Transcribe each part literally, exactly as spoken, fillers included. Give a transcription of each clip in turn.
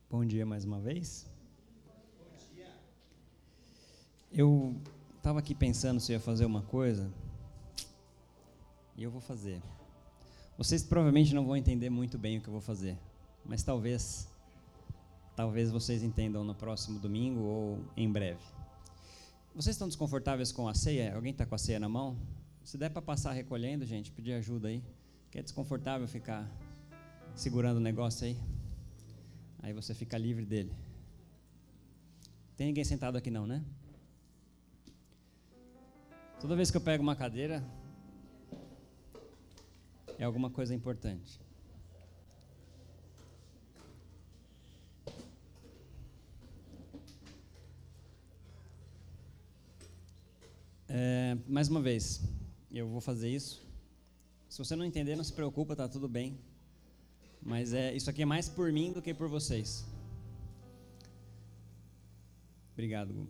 Bom dia mais uma vez. Bom dia. Eu estava aqui pensando se eu ia fazer uma coisa, e eu vou fazer. Vocês provavelmente não vão entender muito bem o que eu vou fazer, mas talvez, talvez vocês entendam no próximo domingo ou em breve. Vocês estão desconfortáveis com a ceia? Alguém está com a ceia na mão? Se der para passar recolhendo, gente, pedir ajuda aí, que é desconfortável ficar segurando o negócio aí. Aí você fica livre dele. Tem ninguém sentado aqui não, né? Toda vez que eu pego uma cadeira, é alguma coisa importante. É, mais uma vez, eu vou fazer isso. Se você não entender, não se preocupa, tá tudo bem. Mas é, isso aqui é mais por mim do que por vocês. Obrigado, Gu.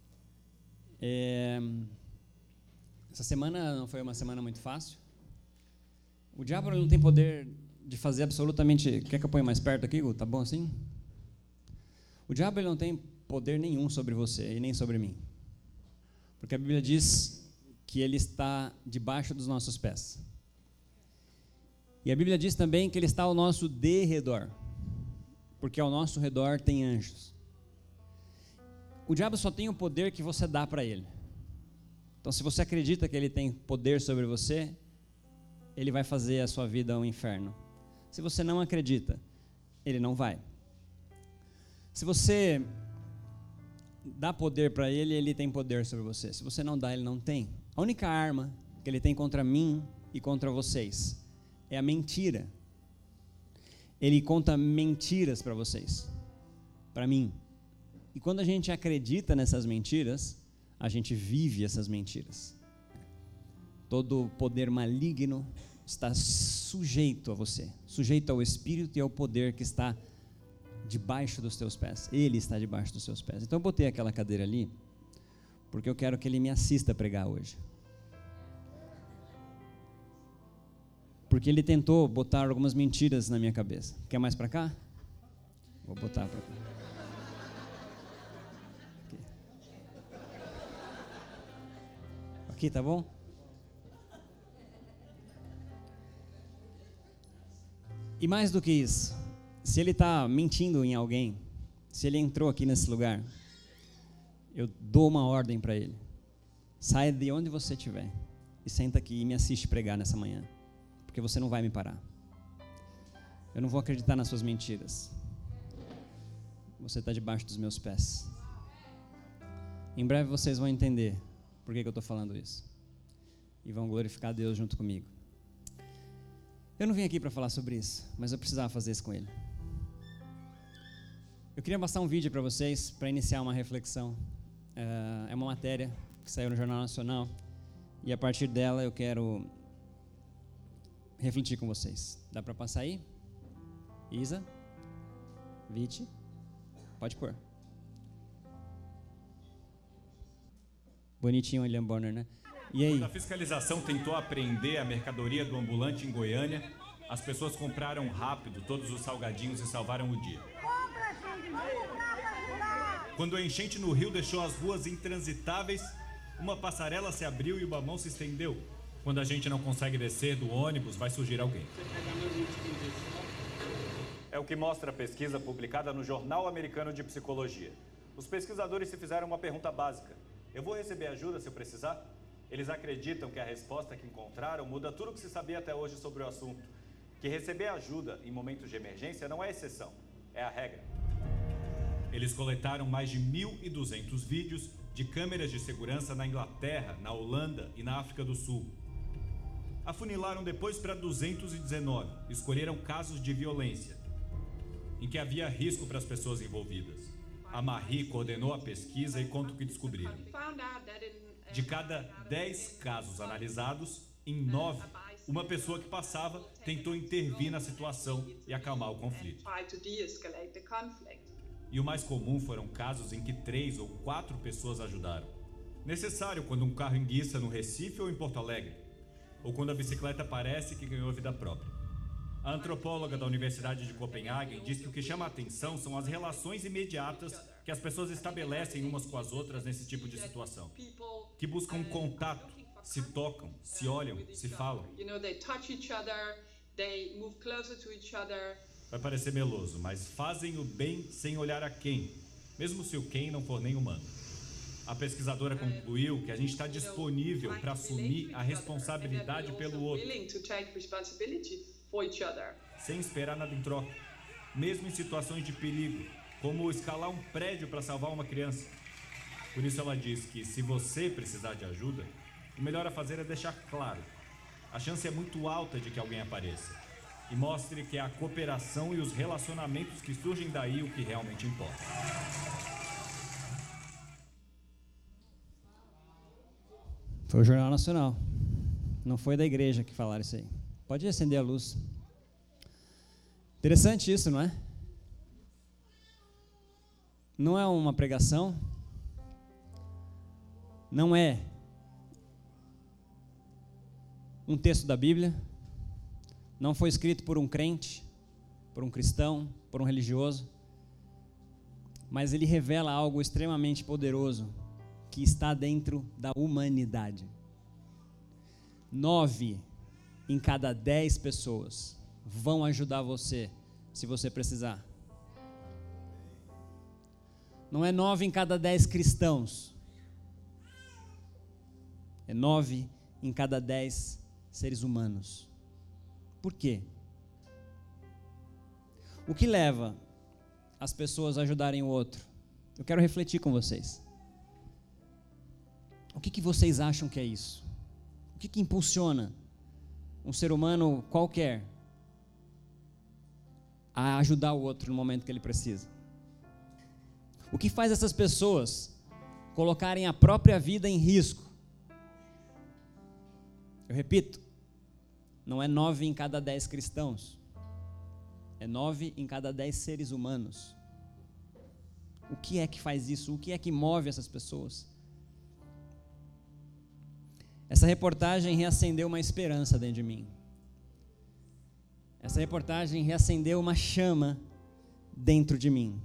É, essa semana não foi uma semana muito fácil. O diabo não tem poder de fazer absolutamente... Quer que eu ponha mais perto aqui, Gu? Tá bom assim? O diabo ele não tem poder nenhum sobre você e nem sobre mim. Porque a Bíblia diz que ele está debaixo dos nossos pés. E a Bíblia diz também que ele está ao nosso derredor, porque ao nosso redor tem anjos. O diabo só tem o poder que você dá para ele. Então, se você acredita que ele tem poder sobre você, ele vai fazer a sua vida um inferno. Se você não acredita, ele não vai. Se você dá poder para ele, ele tem poder sobre você. Se você não dá, ele não tem. A única arma que ele tem contra mim e contra vocês é a mentira. Ele conta mentiras para vocês, para mim. E quando a gente acredita nessas mentiras, a gente vive essas mentiras. Todo poder maligno está sujeito a você, sujeito ao espírito e ao poder que está debaixo dos teus pés. Ele está debaixo dos seus pés. Então eu botei aquela cadeira ali, porque eu quero que ele me assista a pregar hoje. Porque ele tentou botar algumas mentiras na minha cabeça. Quer mais para cá? Vou botar para cá. Aqui. Aqui, tá bom? E mais do que isso, se ele está mentindo em alguém, se ele entrou aqui nesse lugar, eu dou uma ordem para ele. Saia de onde você estiver e senta aqui e me assiste pregar nessa manhã. Porque você não vai me parar. Eu não vou acreditar nas suas mentiras. Você está debaixo dos meus pés. Em breve vocês vão entender por que, que eu estou falando isso. E vão glorificar Deus junto comigo. Eu não vim aqui para falar sobre isso, mas eu precisava fazer isso com ele. Eu queria passar um vídeo para vocês, para iniciar uma reflexão. É uma matéria que saiu no Jornal Nacional. E a partir dela eu quero refletir com vocês. Dá para passar aí? Isa? Viti? Pode pôr. Bonitinho o William Bonner, né? E aí? Quando a fiscalização tentou apreender a mercadoria do ambulante em Goiânia, as pessoas compraram rápido todos os salgadinhos e salvaram o dia. Quando a enchente no Rio deixou as ruas intransitáveis, uma passarela se abriu e uma mão se estendeu. Quando a gente não consegue descer do ônibus, vai surgir alguém. É o que mostra a pesquisa publicada no Jornal Americano de Psicologia. Os pesquisadores se fizeram uma pergunta básica. Eu vou receber ajuda se eu precisar? Eles acreditam que a resposta que encontraram muda tudo o que se sabia até hoje sobre o assunto. Que receber ajuda em momentos de emergência não é exceção, é a regra. Eles coletaram mais de mil e duzentos vídeos de câmeras de segurança na Inglaterra, na Holanda e na África do Sul. Afunilaram depois para duzentos e dezenove, escolheram casos de violência, em que havia risco para as pessoas envolvidas. A Marie coordenou a pesquisa e conta o que descobriram. De cada dez casos analisados, em nove, uma pessoa que passava tentou intervir na situação e acalmar o conflito. E o mais comum foram casos em que três ou quatro pessoas ajudaram. Necessário quando um carro enguiça no Recife ou em Porto Alegre, ou quando a bicicleta parece que ganhou vida própria. A antropóloga da Universidade de Copenhague diz que o que chama a atenção são as relações imediatas que as pessoas estabelecem umas com as outras nesse tipo de situação, que buscam contato, se tocam, se olham, se falam. Vai parecer meloso, mas fazem o bem sem olhar a quem, mesmo se o quem não for nem humano. A pesquisadora concluiu que a gente está disponível para assumir a responsabilidade pelo outro, sem esperar nada em troca, mesmo em situações de perigo, como escalar um prédio para salvar uma criança. Por isso ela diz que se você precisar de ajuda, o melhor a fazer é deixar claro. A chance é muito alta de que alguém apareça e mostre que é a cooperação e os relacionamentos que surgem daí o que realmente importa. Foi o Jornal Nacional. Não foi da igreja que falaram isso aí. Pode acender a luz. Interessante isso, não é? Não é uma pregação. Não é um texto da Bíblia. Não foi escrito por um crente, por um cristão, por um religioso. Mas ele revela algo extremamente poderoso que está dentro da humanidade. Nove em cada dez pessoas vão ajudar você, se você precisar. Não é nove em cada dez cristãos. É nove em cada dez seres humanos. Por quê? O que leva as pessoas a ajudarem o outro? Eu quero refletir com vocês. O que, que vocês acham que é isso? O que, que impulsiona um ser humano qualquer a ajudar o outro no momento que ele precisa? O que faz essas pessoas colocarem a própria vida em risco? Eu repito, não é nove em cada dez cristãos, é nove em cada dez seres humanos. O que é que faz isso? O que é que move essas pessoas? Essa reportagem reacendeu uma esperança dentro de mim. Essa reportagem reacendeu uma chama dentro de mim.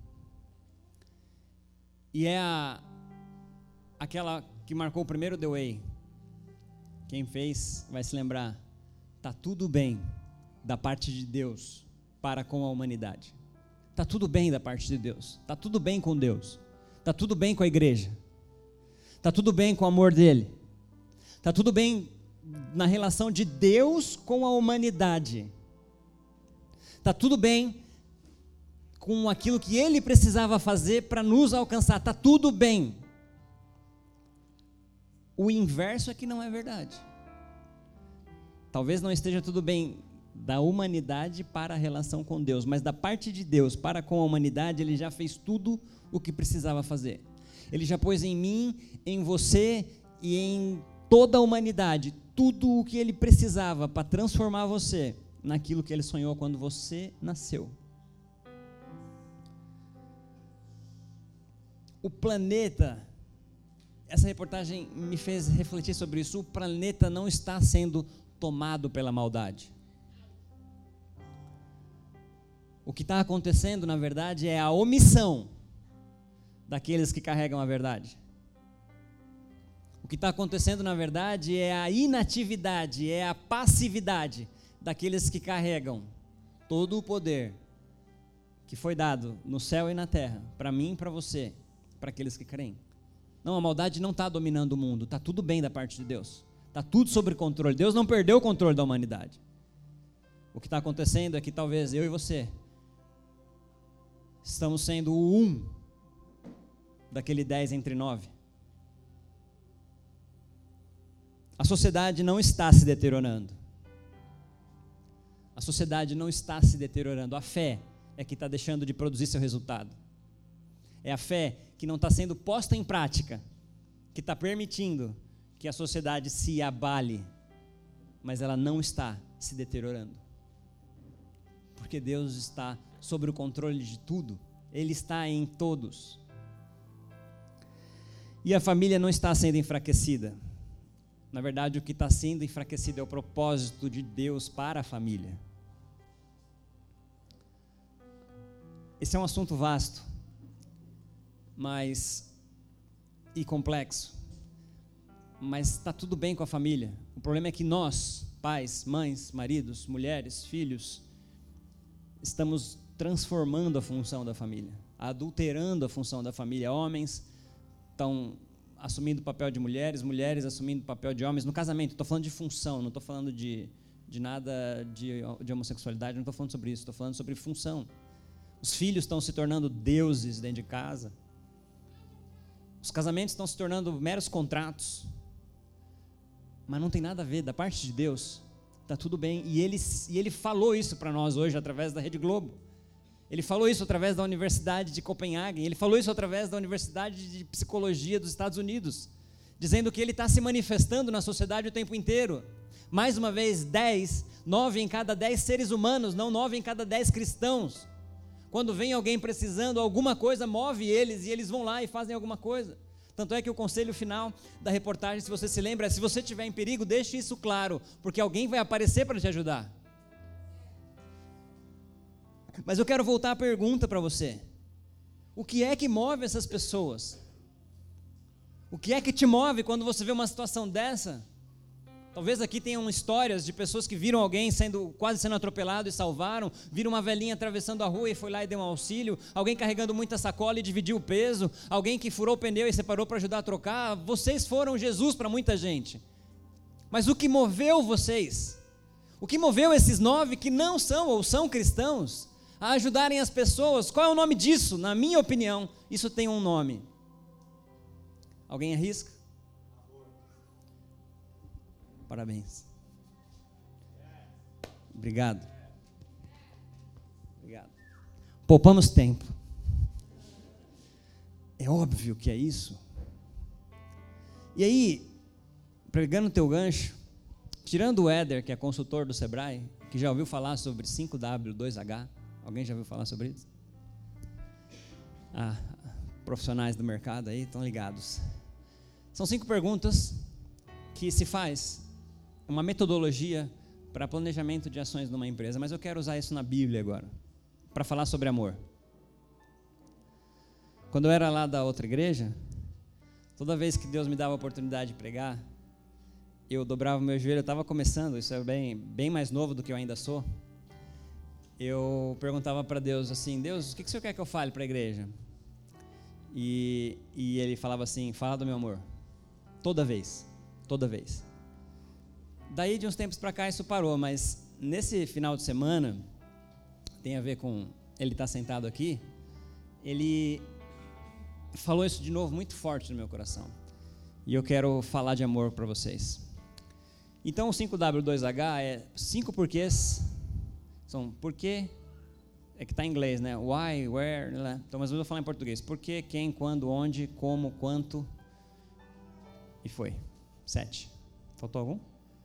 E é a, aquela que marcou o primeiro The Way. Quem fez vai se lembrar. Tá tudo bem da parte de Deus para com a humanidade. Tá tudo bem da parte de Deus. Tá tudo bem com Deus. Tá tudo bem com a igreja. Tá tudo bem com o amor dele. Tá tudo bem na relação de Deus com a humanidade. Tá tudo bem com aquilo que ele precisava fazer para nos alcançar. Tá tudo bem. O inverso é que não é verdade. Talvez não esteja tudo bem da humanidade para a relação com Deus, mas da parte de Deus para com a humanidade, ele já fez tudo o que precisava fazer. Ele já pôs em mim, em você e em toda a humanidade tudo o que ele precisava para transformar você naquilo que ele sonhou quando você nasceu. O planeta, essa reportagem me fez refletir sobre isso. O planeta não está sendo tomado pela maldade. O que está acontecendo, na verdade, é a omissão daqueles que carregam a verdade. O que está acontecendo, na verdade, é a inatividade, é a passividade daqueles que carregam todo o poder que foi dado no céu e na terra, para mim e para você, para aqueles que creem. Não, a maldade não está dominando o mundo, está tudo bem da parte de Deus, está tudo sob controle. Deus não perdeu o controle da humanidade. O que está acontecendo é que talvez eu e você estamos sendo o um daquele dez entre nove. A sociedade não está se deteriorando. A sociedade não está se deteriorando. A fé é que está deixando de produzir seu resultado. É a fé que não está sendo posta em prática, que está permitindo que a sociedade se abale, mas ela não está se deteriorando. Porque Deus está sob o controle de tudo. Ele está em todos. E a família não está sendo enfraquecida. Na verdade, o que está sendo enfraquecido é o propósito de Deus para a família. esse é um assunto vasto, mas e complexo, mas está tudo bem com a família. O problema é que nós, pais, mães, maridos, mulheres, filhos, estamos transformando a função da família, adulterando a função da família. Homens estão assumindo o papel de mulheres, mulheres assumindo o papel de homens no casamento. Estou falando de função, não estou falando de, de nada de, de homossexualidade, não estou falando sobre isso, estou falando sobre função. Os filhos estão se tornando deuses dentro de casa. Os casamentos estão se tornando meros contratos. Mas não tem nada a ver, da parte de Deus, está tudo bem. E ele, e ele falou isso para nós hoje através da Rede Globo. Ele falou isso através da Universidade de Copenhague. Ele falou isso através da Universidade de Psicologia dos Estados Unidos, dizendo que ele está se manifestando na sociedade o tempo inteiro. Mais uma vez, dez, nove em cada dez seres humanos, não nove em cada dez cristãos. Quando vem alguém precisando alguma coisa, move eles e eles vão lá e fazem alguma coisa. Tanto é que o conselho final da reportagem, se você se lembra, é: se você estiver em perigo, deixe isso claro, porque alguém vai aparecer para te ajudar. Mas eu quero voltar à pergunta para você: o que é que move essas pessoas? O que é que te move quando você vê uma situação dessa? Talvez aqui tenham histórias de pessoas que viram alguém sendo, quase sendo atropelado e salvaram, viram uma velhinha atravessando a rua e foi lá e deu um auxílio, alguém carregando muita sacola e dividiu o peso, alguém que furou o pneu e separou para ajudar a trocar. Vocês foram Jesus para muita gente. Mas o que moveu vocês? O que moveu esses nove que não são ou são cristãos a ajudarem as pessoas? Qual é o nome disso? Na minha opinião, isso tem um nome. Alguém arrisca? Parabéns. Obrigado. Obrigado. Poupamos tempo. É óbvio que é isso. E aí, pegando o teu gancho, tirando o Éder, que é consultor do Sebrae, que já ouviu falar sobre cinco W dois H, alguém já ouviu falar sobre isso? Ah, profissionais do mercado aí estão ligados. São cinco perguntas que se faz uma metodologia para planejamento de ações numa empresa, mas eu quero usar isso na Bíblia agora, para falar sobre amor. Quando eu era lá da outra igreja, toda vez que Deus me dava a oportunidade de pregar, eu dobrava o meu joelho. Eu estava começando, isso é bem, bem mais novo do que eu ainda sou. Eu perguntava para Deus assim: Deus, o que, que o Senhor quer que eu fale para a igreja? E, e Ele falava assim: fala do meu amor. Toda vez, toda vez. Daí de uns tempos para cá isso parou, mas nesse final de semana, tem a ver com ele estar sentado aqui, ele falou isso de novo muito forte no meu coração. E eu quero falar de amor para vocês. Então o cinco W dois H é cinco porquês, são porquê, é que está em inglês, né? Why, where, né? Então, mas eu vou falar em português. Porquê, quem, quando, onde, como, quanto, e foi. Sete. Faltou algum?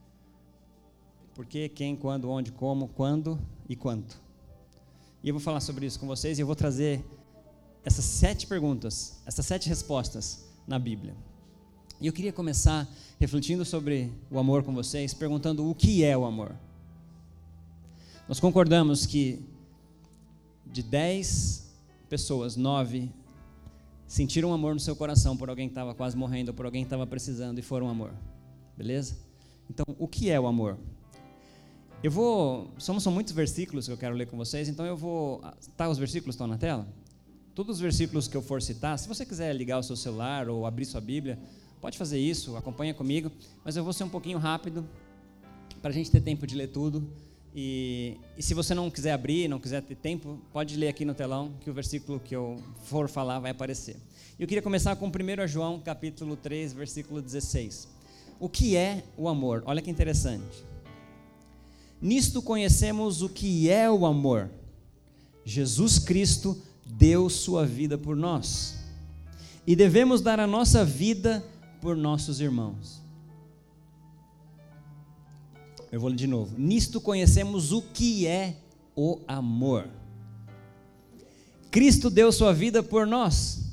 Porquê, quem, quando, onde, como, quando e quanto. E eu vou falar sobre isso com vocês e eu vou trazer essas sete perguntas, essas sete respostas na Bíblia. E eu queria começar refletindo sobre o amor com vocês, perguntando o que é o amor. Nós concordamos que de dez pessoas, nove sentiram amor no seu coração por alguém que estava quase morrendo, ou por alguém que estava precisando e foram amor. Beleza? Então, o que é o amor? Eu vou, são, são muitos versículos que eu quero ler com vocês, então eu vou, tá, os versículos estão na tela? Todos os versículos que eu for citar, se você quiser ligar o seu celular ou abrir sua Bíblia, pode fazer isso, acompanha comigo, mas eu vou ser um pouquinho rápido, para a gente ter tempo de ler tudo, e, e se você não quiser abrir, não quiser ter tempo, pode ler aqui no telão, que o versículo que eu for falar vai aparecer. E eu queria começar com primeiro João, capítulo três, versículo dezesseis. O que é o amor? Olha que interessante. Nisto conhecemos o que é o amor. Jesus Cristo deu sua vida por nós. E devemos dar a nossa vida por nossos irmãos. Eu vou ler de novo. Nisto conhecemos o que é o amor. Cristo deu sua vida por nós.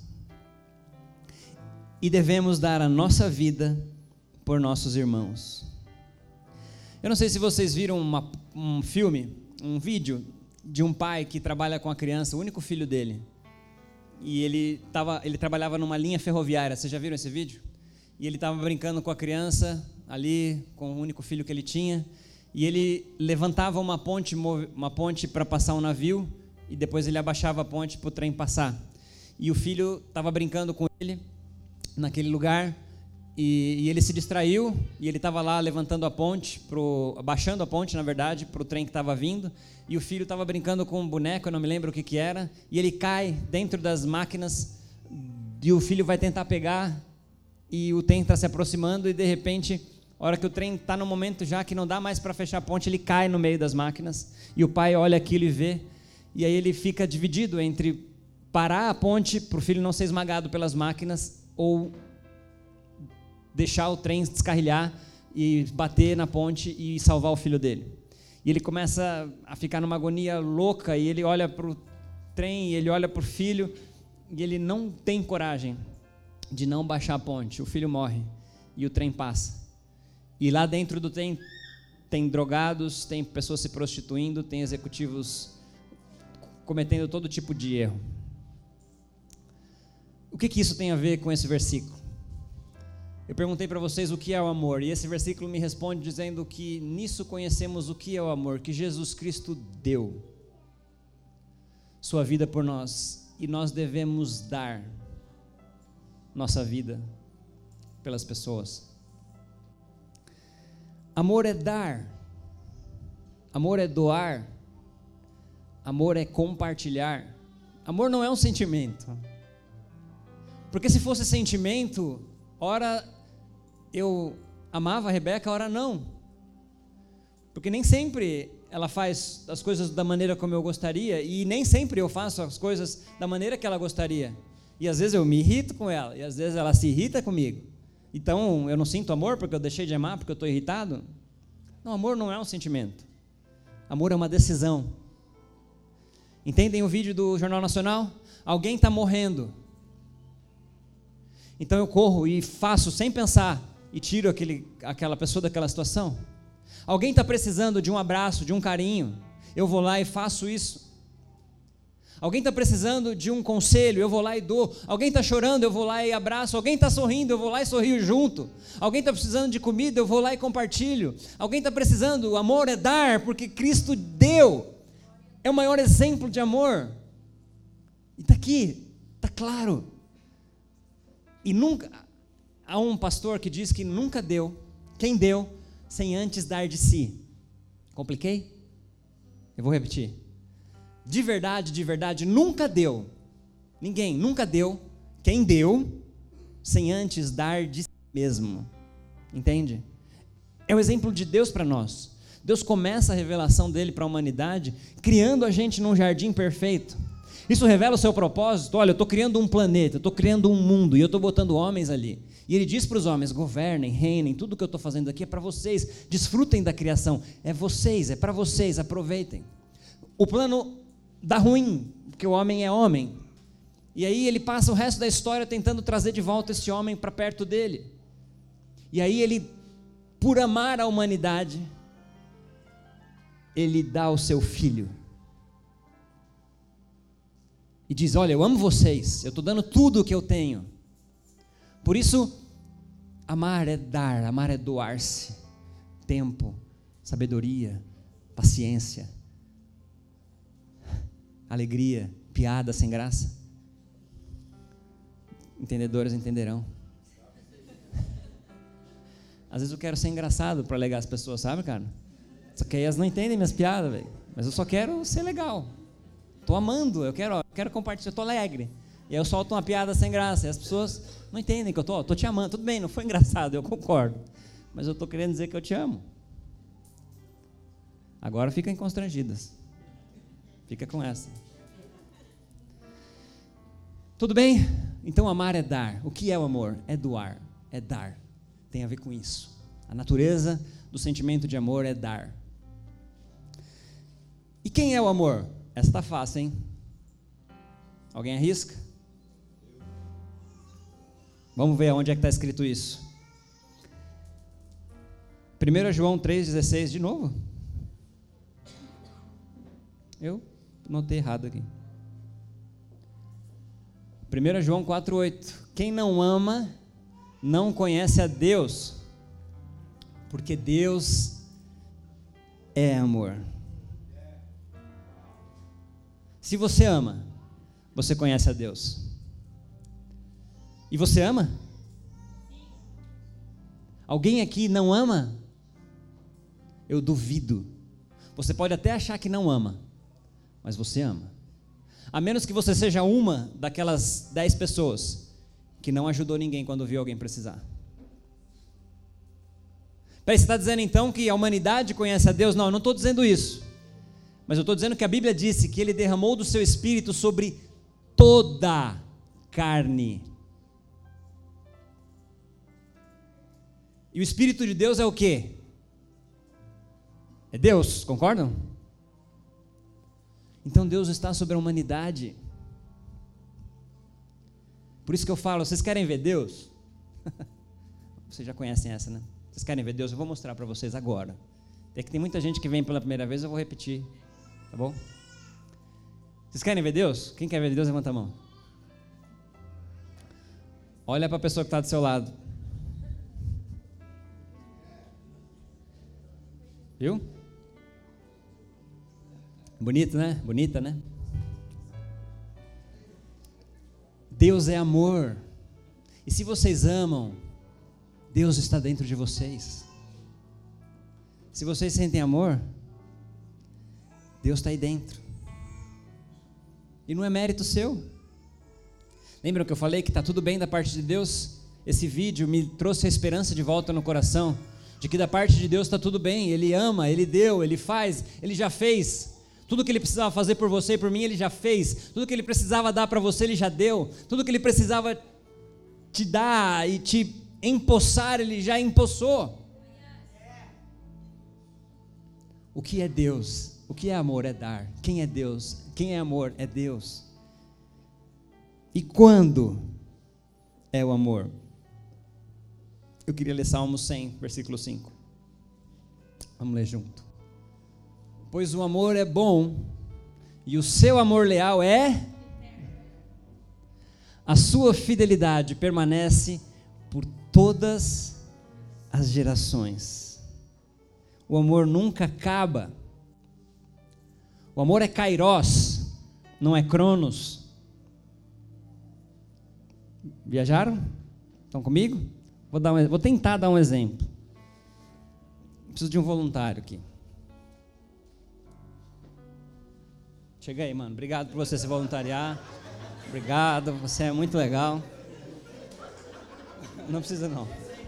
E devemos dar a nossa vida por nossos irmãos. Eu não sei se vocês viram uma, um filme, um vídeo de um pai que trabalha com a criança, o único filho dele. E ele, tava, ele trabalhava numa linha ferroviária. Vocês já viram esse vídeo? E ele estava brincando com a criança ali, com o único filho que ele tinha. E ele levantava uma ponte, uma ponte para passar um navio, e depois ele abaixava a ponte para o trem passar. E o filho estava brincando com ele naquele lugar, e, e ele se distraiu, e ele estava lá levantando a ponte, pro, abaixando a ponte, na verdade, para o trem que estava vindo, e o filho estava brincando com um boneco, eu não me lembro o que, que era, e ele cai dentro das máquinas, e o filho vai tentar pegar, e o trem está se aproximando, e de repente, a hora que o trem está no momento já que não dá mais para fechar a ponte, ele cai no meio das máquinas, e o pai olha aquilo e vê, e aí ele fica dividido entre parar a ponte para o filho não ser esmagado pelas máquinas, ou deixar o trem descarrilhar e bater na ponte e salvar o filho dele. E ele começa a ficar numa agonia louca, e ele olha para o trem, e ele olha para o filho, e ele não tem coragem de não baixar a ponte. O filho morre, e o trem passa. E lá dentro do trem tem drogados, tem pessoas se prostituindo, tem executivos cometendo todo tipo de erro. O que, que isso tem a ver com esse versículo? Eu perguntei para vocês o que é o amor, e esse versículo me responde dizendo que nisso conhecemos o que é o amor, que Jesus Cristo deu sua vida por nós, e nós devemos dar nossa vida pelas pessoas. Amor é dar, amor é doar, amor é compartilhar. Amor não é um sentimento, porque se fosse sentimento, ora eu amava a Rebeca, ora não, porque nem sempre ela faz as coisas da maneira como eu gostaria, e nem sempre eu faço as coisas da maneira que ela gostaria, e às vezes eu me irrito com ela, e às vezes ela se irrita comigo. Então eu não sinto amor porque eu deixei de amar, porque eu estou irritado? Não, amor não é um sentimento, amor é uma decisão. Entendem o vídeo do Jornal Nacional? Alguém está morrendo, então eu corro e faço sem pensar, e tiro aquele, aquela pessoa daquela situação. Alguém está precisando de um abraço, de um carinho, eu vou lá e faço isso. Alguém está precisando de um conselho, eu vou lá e dou. Alguém está chorando, eu vou lá e abraço. Alguém está sorrindo, eu vou lá e sorrio junto. Alguém está precisando de comida, eu vou lá e compartilho. Alguém está precisando, o amor é dar, porque Cristo deu. É o maior exemplo de amor. E está aqui, está claro. E nunca, há um pastor que diz que nunca deu, quem deu, sem antes dar de si. Compliquei? Eu vou repetir. De verdade, de verdade, nunca deu, ninguém nunca deu, quem deu, sem antes dar de si mesmo. Entende? É o exemplo de Deus para nós. Deus começa a revelação dele para a humanidade, criando a gente num jardim perfeito. Isso revela o seu propósito. Olha, eu estou criando um planeta, eu estou criando um mundo, e eu estou botando homens ali. E ele diz para os homens, governem, reinem, tudo que eu estou fazendo aqui é para vocês, desfrutem da criação, é vocês, é para vocês, aproveitem. O plano dá ruim, porque o homem é homem, e aí ele passa o resto da história tentando trazer de volta esse homem para perto dele, e aí ele, por amar a humanidade, ele dá o seu filho, e diz, olha, eu amo vocês, eu estou dando tudo o que eu tenho. Por isso, amar é dar, amar é doar-se, tempo, sabedoria, paciência, alegria, piada sem graça. Entendedores entenderão. Às vezes eu quero ser engraçado para alegar as pessoas, sabe, cara? Só que aí elas não entendem minhas piadas, velho. Mas eu só quero ser legal. Estou amando, eu quero, ó, eu quero compartilhar, eu estou alegre. E aí eu solto uma piada sem graça, e as pessoas não entendem que eu estou, estou te amando. Tudo bem, não foi engraçado, eu concordo. Mas eu estou querendo dizer que eu te amo. Agora fiquem constrangidas. Fica com essa. Tudo bem? Então amar é dar. O que é o amor? É doar, é dar. Tem a ver com isso. A natureza do sentimento de amor é dar. E quem é o amor? Essa está fácil, hein? Alguém arrisca? Vamos ver onde é que está escrito isso. primeiro João três dezesseis, de novo? Eu? Notei errado aqui. primeiro João quatro, oito. Quem não ama, não conhece a Deus, porque Deus é amor. Se você ama, você conhece a Deus. E você ama? Alguém aqui não ama? Eu duvido. Você pode até achar que não ama, mas você ama. A menos que você seja uma daquelas dez pessoas que não ajudou ninguém quando viu alguém precisar. Peraí, você está dizendo então que a humanidade conhece a Deus? Não, eu não estou dizendo isso. Mas eu estou dizendo que a Bíblia disse que Ele derramou do seu Espírito sobre toda carne. E o Espírito de Deus é o quê? É Deus, concordam? Então Deus está sobre a humanidade. Por isso que eu falo, vocês querem ver Deus? Vocês já conhecem essa, né? Vocês querem ver Deus? Eu vou mostrar para vocês agora. É que tem muita gente que vem pela primeira vez, eu vou repetir, tá bom? Vocês querem ver Deus? Quem quer ver Deus, levanta a mão. Olha para a pessoa que está do seu lado. Viu? Bonito, né? Bonita, né? Deus é amor. E se vocês amam, Deus está dentro de vocês. Se vocês sentem amor, Deus está aí dentro. E não é mérito seu. Lembram que eu falei que está tudo bem da parte de Deus? Esse vídeo me trouxe a esperança de volta no coração, de que da parte de Deus está tudo bem. Ele ama, Ele deu, Ele faz, Ele já fez. Tudo que Ele precisava fazer por você e por mim, Ele já fez. Tudo que Ele precisava dar para você, Ele já deu. Tudo que Ele precisava te dar e te empossar, Ele já empossou. O que é Deus? O que é amor? É dar. Quem é Deus? Quem é amor? É Deus. E quando é o amor? Eu queria ler Salmo cem, versículo cinco. Vamos ler junto. Pois o amor é bom, e o seu amor leal é... A sua fidelidade permanece por todas as gerações. O amor nunca acaba. O amor é kairos, não é cronos. Viajaram? Estão comigo? Vou, dar um, vou tentar dar um exemplo. Preciso de um voluntário aqui. Chega aí, mano. Obrigado por você se voluntariar. Obrigado, você é muito legal. Não precisa não.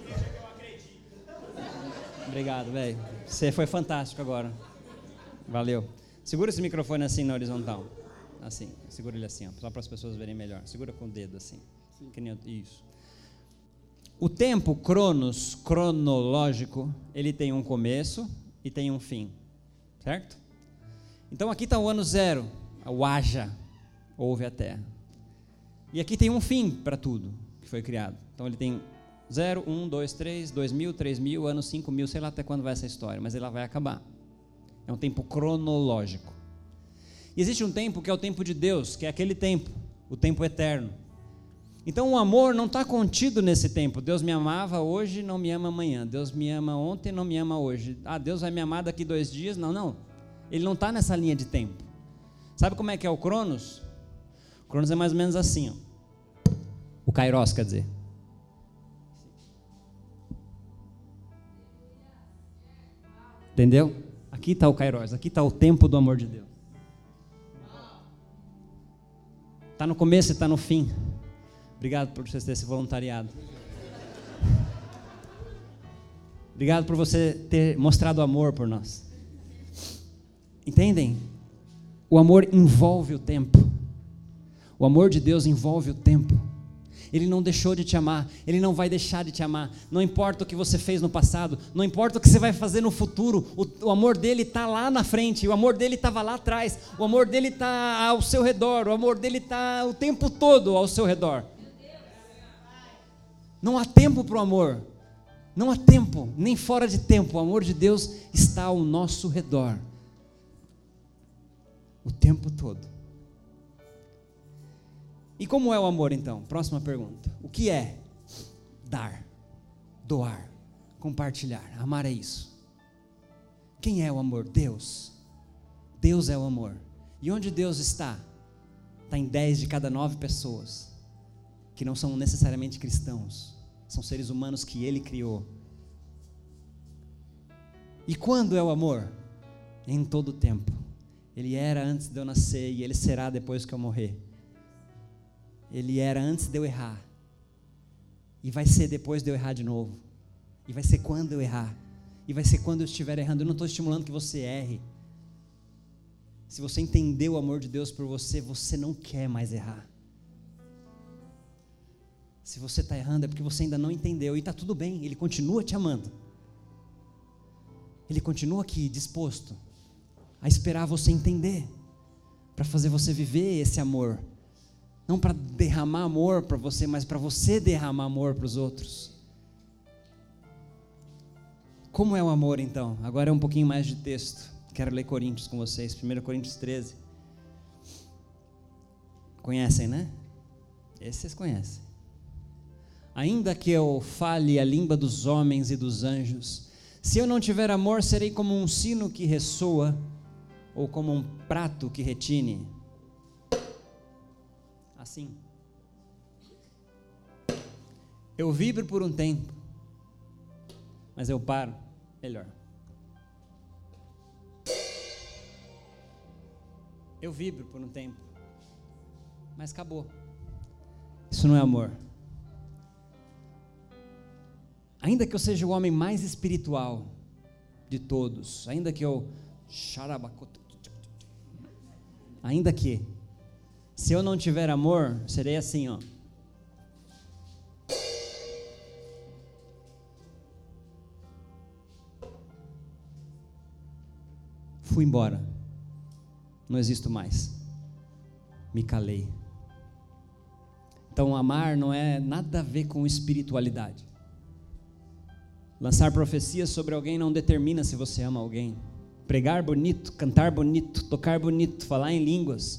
Obrigado, velho. Você foi fantástico agora. Valeu. Segura esse microfone assim na horizontal. Assim, segura ele assim, ó, só para as pessoas verem melhor. Segura com o dedo assim. Que nem eu, isso. O tempo, cronos, cronológico, ele tem um começo e tem um fim. Certo? Então aqui está o ano zero, o haja, houve a terra. E aqui tem um fim para tudo que foi criado. Então ele tem zero, um, dois, três, dois mil, três mil, anos cinco mil, sei lá até quando vai essa história, mas ela vai acabar. É um tempo cronológico. E existe um tempo que é o tempo de Deus, que é aquele tempo, o tempo eterno. Então o amor não está contido nesse tempo. Deus me amava hoje, não me ama amanhã. Deus me ama ontem, não me ama hoje. Ah, Deus vai me amar daqui dois dias? Não, não. Ele não está nessa linha de tempo. Sabe como é que é o Cronos? O Cronos é mais ou menos assim, ó. O Kairos, quer dizer. Entendeu? Aqui está o Kairos, aqui está o tempo do amor de Deus. Está no começo e está no fim. Obrigado por você ter se voluntariado. Obrigado por você ter mostrado amor por nós. Entendem? O amor envolve o tempo. O amor de Deus envolve o tempo. Ele não deixou de te amar, Ele não vai deixar de te amar. Não importa o que você fez no passado, não importa o que você vai fazer no futuro, o, o amor dele está lá na frente, o amor dele estava lá atrás, o amor dele está ao seu redor, o amor dele está o tempo todo ao seu redor. Não há tempo para o amor, não há tempo, nem fora de tempo. O amor de Deus está ao nosso redor. O tempo todo. E como é o amor então? Próxima pergunta. O que é dar, doar, compartilhar? Amar é isso. Quem é o amor? Deus. Deus é o amor. E onde Deus está? Está em dez de cada nove pessoas, que não são necessariamente cristãos, são seres humanos que Ele criou. E quando é o amor? Em todo o tempo. Ele era antes de eu nascer e Ele será depois que eu morrer. Ele era antes de eu errar, e vai ser depois de eu errar de novo, e vai ser quando eu errar, e vai ser quando eu estiver errando. Eu não estou estimulando que você erre. Se você entendeu o amor de Deus por você, você não quer mais errar. Se você está errando é porque você ainda não entendeu, e está tudo bem, Ele continua te amando. Ele continua aqui disposto a esperar você entender, para fazer você viver esse amor. Não para derramar amor para você, mas para você derramar amor para os outros. Como é o amor então? Agora é um pouquinho mais de texto. Quero ler Coríntios com vocês, primeira Coríntios treze. Conhecem, né? Esse vocês conhecem. Ainda que eu fale a língua dos homens e dos anjos, se eu não tiver amor, serei como um sino que ressoa, ou como um prato que retine. Assim. Eu vibro por um tempo, mas eu paro, melhor. Eu vibro por um tempo, mas acabou. Isso não é amor. Ainda que eu seja o homem mais espiritual de todos, ainda que eu ainda que se eu não tiver amor, serei assim, ó. Fui embora. Não existo mais. Me calei. Então, amar não é nada a ver com espiritualidade. Lançar profecias sobre alguém não determina se você ama alguém. Pregar bonito, cantar bonito, tocar bonito, falar em línguas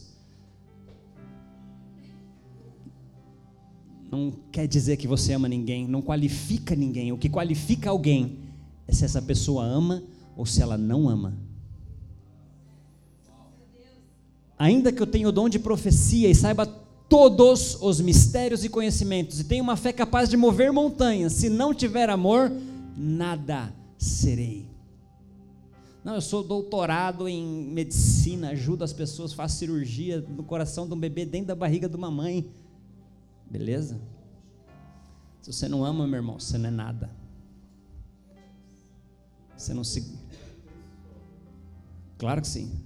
não quer dizer que você ama ninguém, não qualifica ninguém. O que qualifica alguém é se essa pessoa ama ou se ela não ama. Ainda que eu tenha o dom de profecia e saiba todos os mistérios e conhecimentos, e tenha uma fé capaz de mover montanhas, se não tiver amor, nada serei. Não, eu sou doutorado em medicina, ajudo as pessoas, faço cirurgia no coração de um bebê dentro da barriga de uma mãe. Beleza? Se você não ama, meu irmão, você não é nada. Você não se... Claro que sim.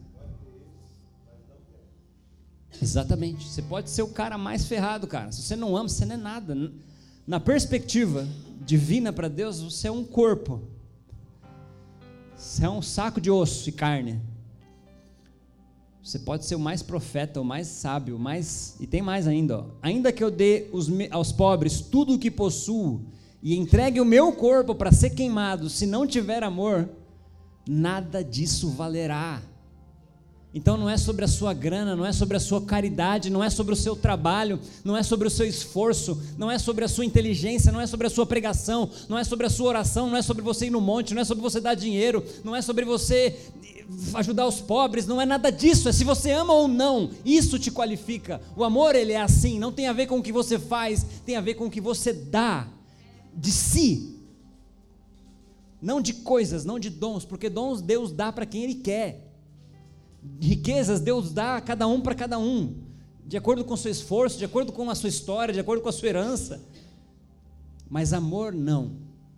Exatamente. Você pode ser o cara mais ferrado, cara. Se você não ama, você não é nada. Na perspectiva divina para Deus, você é um corpo. Você é um saco de osso e carne. Você pode ser o mais profeta, o mais sábio, o mais... E tem mais ainda, ó. Ainda que eu dê os, aos pobres tudo o que possuo e entregue o meu corpo para ser queimado, se não tiver amor, nada disso valerá. Então não é sobre a sua grana, não é sobre a sua caridade, não é sobre o seu trabalho, não é sobre o seu esforço, não é sobre a sua inteligência, não é sobre a sua pregação, não é sobre a sua oração, não é sobre você ir no monte, não é sobre você dar dinheiro, não é sobre você ajudar os pobres, não é nada disso, é se você ama ou não, isso te qualifica. O amor, ele é assim, não tem a ver com o que você faz, tem a ver com o que você dá de si, não de coisas, não de dons, porque dons Deus dá para quem Ele quer. Riquezas Deus dá a cada um para cada um, de acordo com o seu esforço, de acordo com a sua história, de acordo com a sua herança. Mas amor não.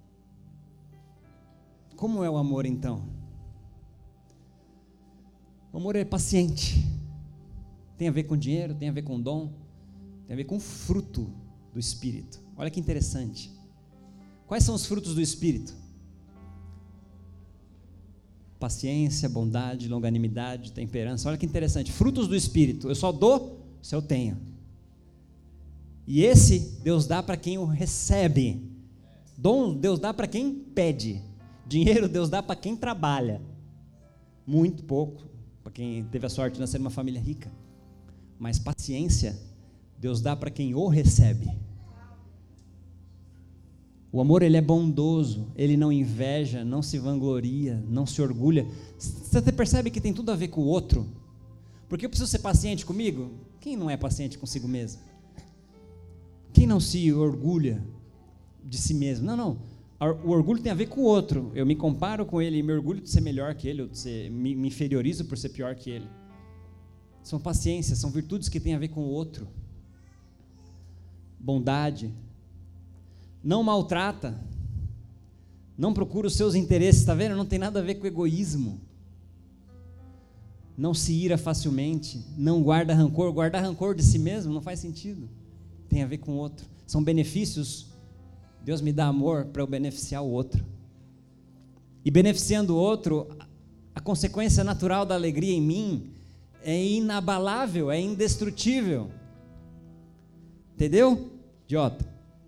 Como é o amor então? O amor é paciente. Tem a ver com dinheiro, tem a ver com dom, tem a ver com fruto do Espírito. Olha que interessante. Quais são os frutos do Espírito? Paciência, bondade, longanimidade, temperança. Olha que interessante, frutos do Espírito. Eu só dou se eu tenho. E esse Deus dá para quem o recebe. Dom Deus dá para quem pede. Dinheiro Deus dá para quem trabalha. Muito pouco para para quem teve a sorte de nascer numa família rica. Mas paciência, Deus dá para quem o recebe. O amor, ele é bondoso, ele não inveja, não se vangloria, não se orgulha. Você até percebe que tem tudo a ver com o outro? Porque eu preciso ser paciente comigo? Quem não é paciente consigo mesmo? Quem não se orgulha de si mesmo? Não, não. O orgulho tem a ver com o outro. Eu me comparo com ele e me orgulho de ser melhor que ele, ou de ser, me, me inferiorizo por ser pior que ele. São paciências, são virtudes que têm a ver com o outro. Bondade. Não maltrata. Não procura os seus interesses, está vendo? Não tem nada a ver com egoísmo. Não se ira facilmente. Não guarda rancor. Guardar rancor de si mesmo não faz sentido. Tem a ver com o outro. São benefícios. Deus me dá amor para eu beneficiar o outro. E beneficiando o outro, a consequência natural da alegria em mim é inabalável, é indestrutível. Entendeu? Idiota.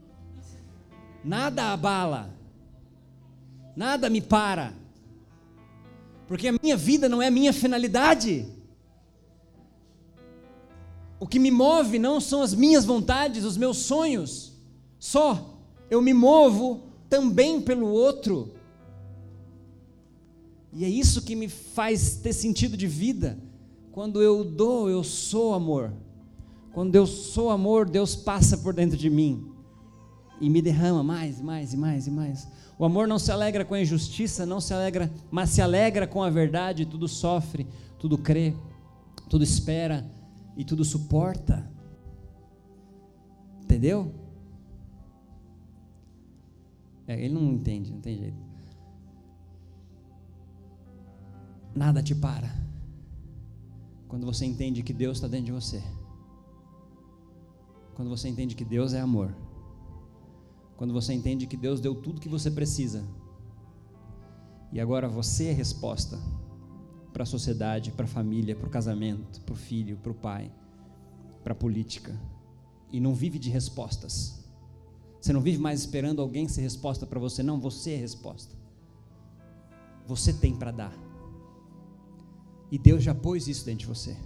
Nada abala. Nada me para. Porque a minha vida não é a minha finalidade. O que me move não são as minhas vontades, os meus sonhos. Só. Eu me movo também pelo outro. E é isso que me faz ter sentido de vida. Quando eu dou, eu sou amor. Quando eu sou amor, Deus passa por dentro de mim e me derrama mais, mais e mais e mais. O amor não se alegra com a injustiça, não se alegra, mas se alegra com a verdade. Tudo sofre, tudo crê, tudo espera e tudo suporta. Entendeu? É, ele não entende, não tem jeito. Nada te para quando você entende que Deus está dentro de você. Quando você entende que Deus é amor. Quando você entende que Deus deu tudo que você precisa. E agora você é resposta para a sociedade, para a família, para o casamento, para o filho, para o pai, para a política. E não vive de respostas. Você não vive mais esperando alguém ser resposta para você. Não, você é resposta. Você tem para dar. E Deus já pôs isso dentro de você.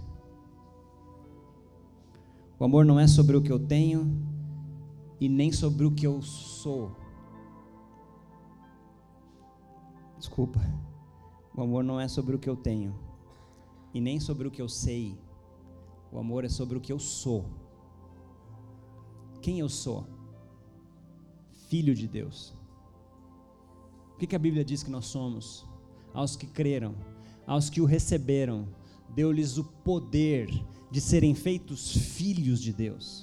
O amor não é sobre o que eu tenho e nem sobre o que eu sou. Desculpa. O amor não é sobre o que eu tenho e nem sobre o que eu sei. O amor é sobre o que eu sou. Quem eu sou? Filho de Deus. O que, que a Bíblia diz que nós somos? Aos que creram, aos que o receberam, deu-lhes o poder de serem feitos filhos de Deus.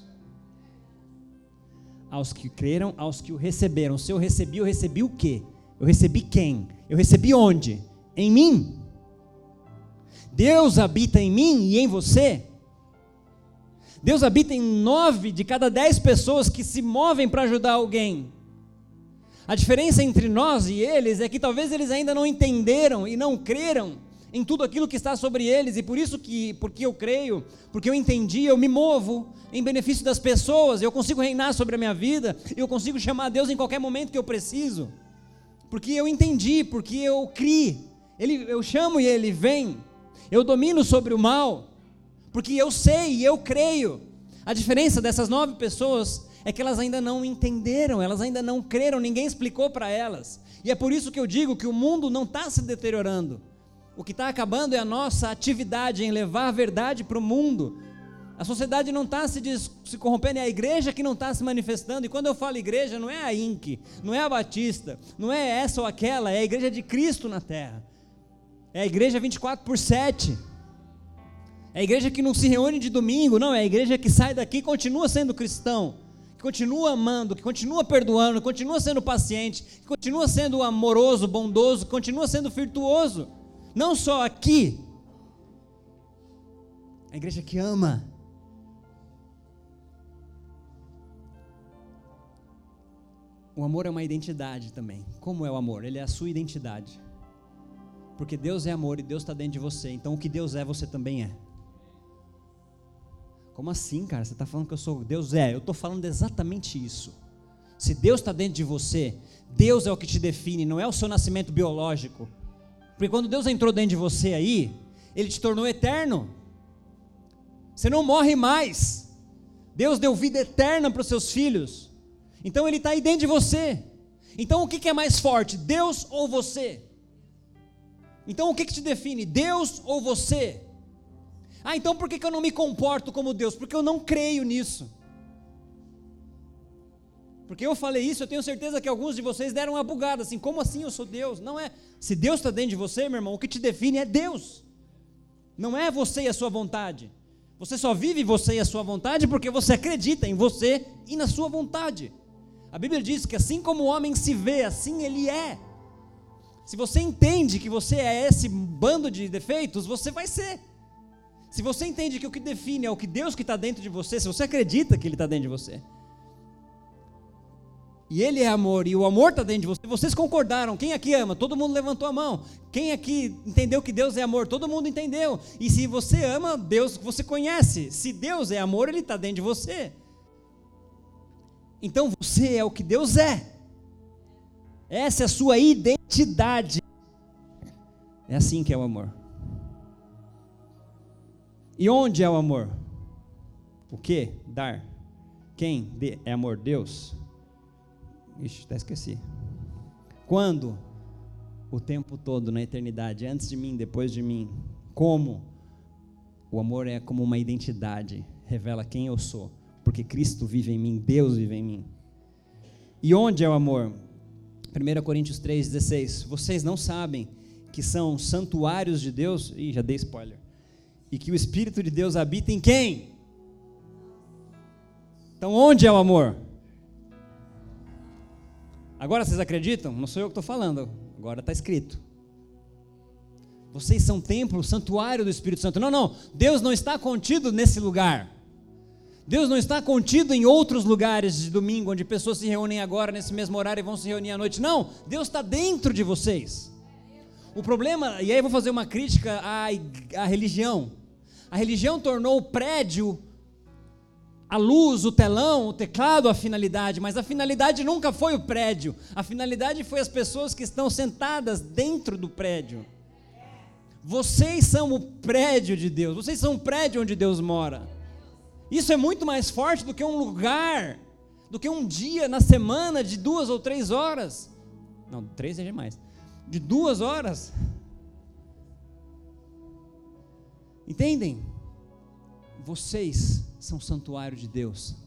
Aos que creram, aos que o receberam. Se eu recebi, eu recebi o quê? Eu recebi quem? Eu recebi onde? Em mim. Deus habita em mim e em você. Deus habita em nove de cada dez pessoas que se movem para ajudar alguém. A diferença entre nós e eles é que talvez eles ainda não entenderam e não creram em tudo aquilo que está sobre eles, e por isso que, porque eu creio, porque eu entendi, eu me movo em benefício das pessoas, eu consigo reinar sobre a minha vida, eu consigo chamar a Deus em qualquer momento que eu preciso, porque eu entendi, porque eu criei, ele, eu chamo e ele vem, eu domino sobre o mal, porque eu sei e eu creio. A diferença dessas nove pessoas é que elas ainda não entenderam, elas ainda não creram, ninguém explicou para elas, e é por isso que eu digo que o mundo não está se deteriorando. O que está acabando é a nossa atividade em levar a verdade para o mundo. A sociedade não está se, se corrompendo, é a igreja que não está se manifestando. E quando eu falo igreja, não é a I N C, não é a Batista, não é essa ou aquela, é a igreja de Cristo na terra. É a igreja vinte e quatro por sete. É a igreja que não se reúne de domingo, não, é a igreja que sai daqui e continua sendo cristão, que continua amando, que continua perdoando, que continua sendo paciente, que continua sendo amoroso, bondoso, que continua sendo virtuoso. Não só aqui, a igreja que ama. O amor é uma identidade também. Como é o amor? Ele é a sua identidade. Porque Deus é amor e Deus está dentro de você. Então o que Deus é, você também é. Como assim, cara? Você está falando que eu sou Deus? É, eu estou falando exatamente isso. Se Deus está dentro de você, Deus é o que te define, não é o seu nascimento biológico. Porque quando Deus entrou dentro de você aí, Ele te tornou eterno. Você não morre mais. Deus deu vida eterna para os seus filhos. Então Ele está aí dentro de você. Então o que, que é mais forte, Deus ou você? Então o que, que te define, Deus ou você? Ah, então por que, que eu não me comporto como Deus? Porque eu não creio nisso. Porque eu falei isso, eu tenho certeza que alguns de vocês deram uma bugada, assim, como assim eu sou Deus? Não é, se Deus está dentro de você, meu irmão, o que te define é Deus. Não é você e a sua vontade. Você só vive você e a sua vontade porque você acredita em você e na sua vontade. A Bíblia diz que assim como o homem se vê, assim ele é. Se você entende que você é esse bando de defeitos, você vai ser. Se você entende que o que define é o que Deus que está dentro de você, se você acredita que Ele está dentro de você, e Ele é amor, e o amor está dentro de você, vocês concordaram, quem aqui ama? Todo mundo levantou a mão. Quem aqui entendeu que Deus é amor? Todo mundo entendeu. E se você ama, Deus você conhece. Se Deus é amor, Ele está dentro de você. Então você é o que Deus é. Essa é a sua identidade. É assim que é o amor. E onde é o amor? O que? Dar. Quem é amor? Deus. Ixi, até esqueci. Quando? O tempo todo, na eternidade, antes de mim, depois de mim. Como? O amor é como uma identidade, revela quem eu sou, porque Cristo vive em mim, Deus vive em mim. E onde é o amor? primeira Coríntios três, dezesseis. Vocês não sabem que são santuários de Deus? Ih, já dei spoiler. E que o Espírito de Deus habita em quem? Então onde é o amor? Agora vocês acreditam? Não sou eu que estou falando, agora está escrito. Vocês são templo, santuário do Espírito Santo. Não, não, Deus não está contido nesse lugar. Deus não está contido em outros lugares de domingo, onde pessoas se reúnem agora nesse mesmo horário e vão se reunir à noite. Não, Deus está dentro de vocês. O problema, e aí eu vou fazer uma crítica à, à religião. A religião tornou o prédio, a luz, o telão, o teclado a finalidade, mas a finalidade nunca foi o prédio. A finalidade foi as pessoas que estão sentadas dentro do prédio. Vocês são o prédio de Deus, vocês são o prédio onde Deus mora. Isso é muito mais forte do que um lugar, do que um dia na semana de duas ou três horas. Não, três é demais. De duas horas. Entendem? Vocês são santuário de Deus.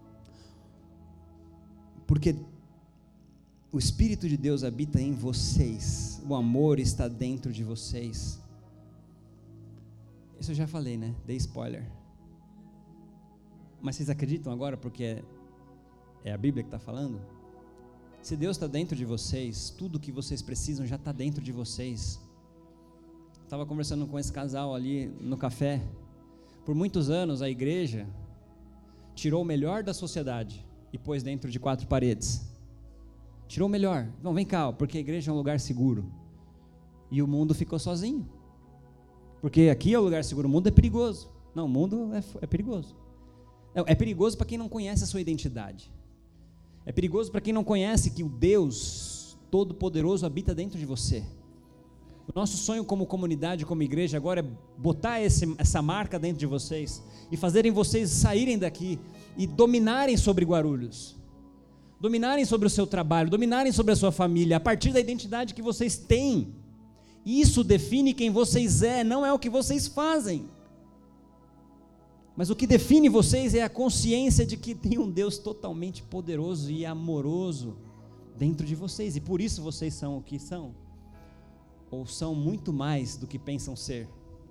Porque o Espírito de Deus habita em vocês. O amor está dentro de vocês. Isso eu já falei, né? Dei spoiler. Mas vocês acreditam agora porque é, é a Bíblia que está falando? Se Deus está dentro de vocês, tudo que vocês precisam já está dentro de vocês. Estava conversando com esse casal ali no café. Por muitos anos a igreja tirou o melhor da sociedade e pôs dentro de quatro paredes. Tirou o melhor. Não, vem cá, porque a igreja é um lugar seguro. E o mundo ficou sozinho. Porque aqui é o lugar seguro, o mundo é perigoso. Não, o mundo é, é perigoso. É, é perigoso para quem não conhece a sua identidade. É perigoso para quem não conhece que o Deus Todo-Poderoso habita dentro de você. O nosso sonho como comunidade, como igreja agora é botar esse, essa marca dentro de vocês e fazerem vocês saírem daqui e dominarem sobre Guarulhos, dominarem sobre o seu trabalho, dominarem sobre a sua família, a partir da identidade que vocês têm. Isso define quem vocês é, não é o que vocês fazem. Mas o que define vocês é a consciência de que tem um Deus totalmente poderoso e amoroso dentro de vocês, e por isso vocês são o que são, ou são muito mais do que pensam ser.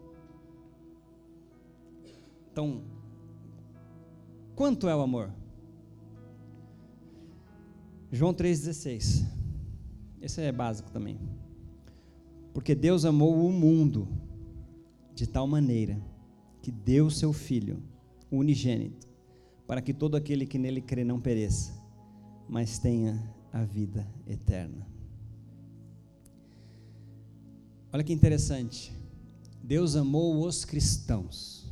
Então, quanto é o amor? João três, dezesseis, esse é básico também. Porque Deus amou o mundo de tal maneira que deu o seu Filho unigênito, para que todo aquele que nele crê não pereça, mas tenha a vida eterna. Olha que interessante, Deus amou os cristãos,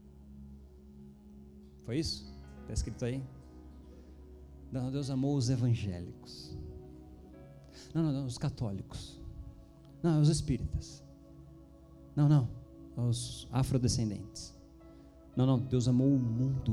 foi isso? Está escrito aí? Não, Deus amou os evangélicos, não, não, não, os católicos, não, os espíritas, não, não, aos afrodescendentes. Não, não, Deus amou o mundo.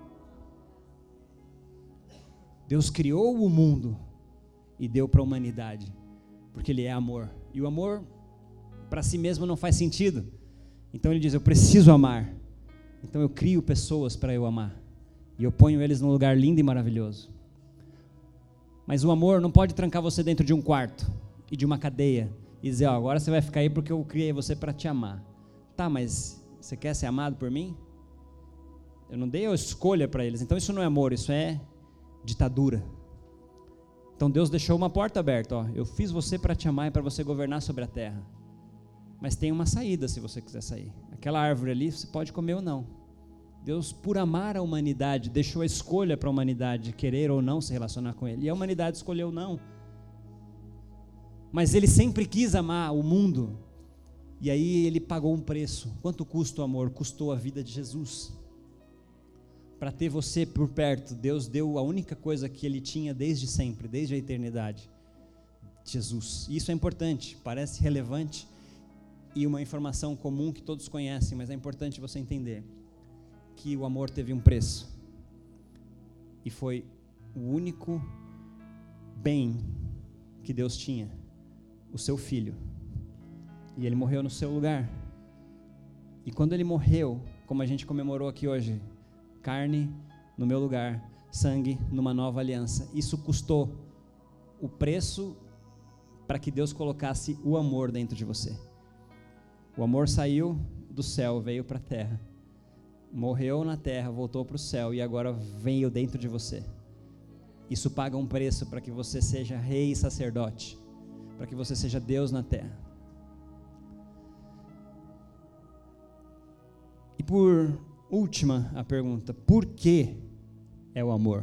Deus criou o mundo e deu para a humanidade, porque Ele é amor. E o amor para si mesmo não faz sentido. Então Ele diz, eu preciso amar. Então eu crio pessoas para eu amar. E eu ponho eles num lugar lindo e maravilhoso. Mas o amor não pode trancar você dentro de um quarto e de uma cadeia e dizer, ó, agora você vai ficar aí porque eu criei você para te amar. Tá, mas você quer ser amado por mim? Eu não dei a escolha para eles. Então isso não é amor, isso é ditadura. Então Deus deixou uma porta aberta, ó, eu fiz você para te amar e para você governar sobre a terra. Mas tem uma saída se você quiser sair. Aquela árvore ali você pode comer ou não. Deus, por amar a humanidade, deixou a escolha para a humanidade querer ou não se relacionar com Ele. E a humanidade escolheu não. Mas Ele sempre quis amar o mundo. E aí Ele pagou um preço. Quanto custa o amor? Custou a vida de Jesus. Para ter você por perto, Deus deu a única coisa que Ele tinha desde sempre, desde a eternidade. Jesus. E isso é importante, parece relevante e uma informação comum que todos conhecem, mas é importante você entender que o amor teve um preço. E foi o único bem que Deus tinha, o seu filho. E Ele morreu no seu lugar. E quando Ele morreu, como a gente comemorou aqui hoje, carne no meu lugar, sangue numa nova aliança. Isso custou o preço para que Deus colocasse o amor dentro de você. O amor saiu do céu, veio para a terra. Morreu na terra, voltou para o céu e agora veio dentro de você. Isso paga um preço para que você seja rei e sacerdote, para que você seja Deus na terra. E por última a pergunta, por que é o amor?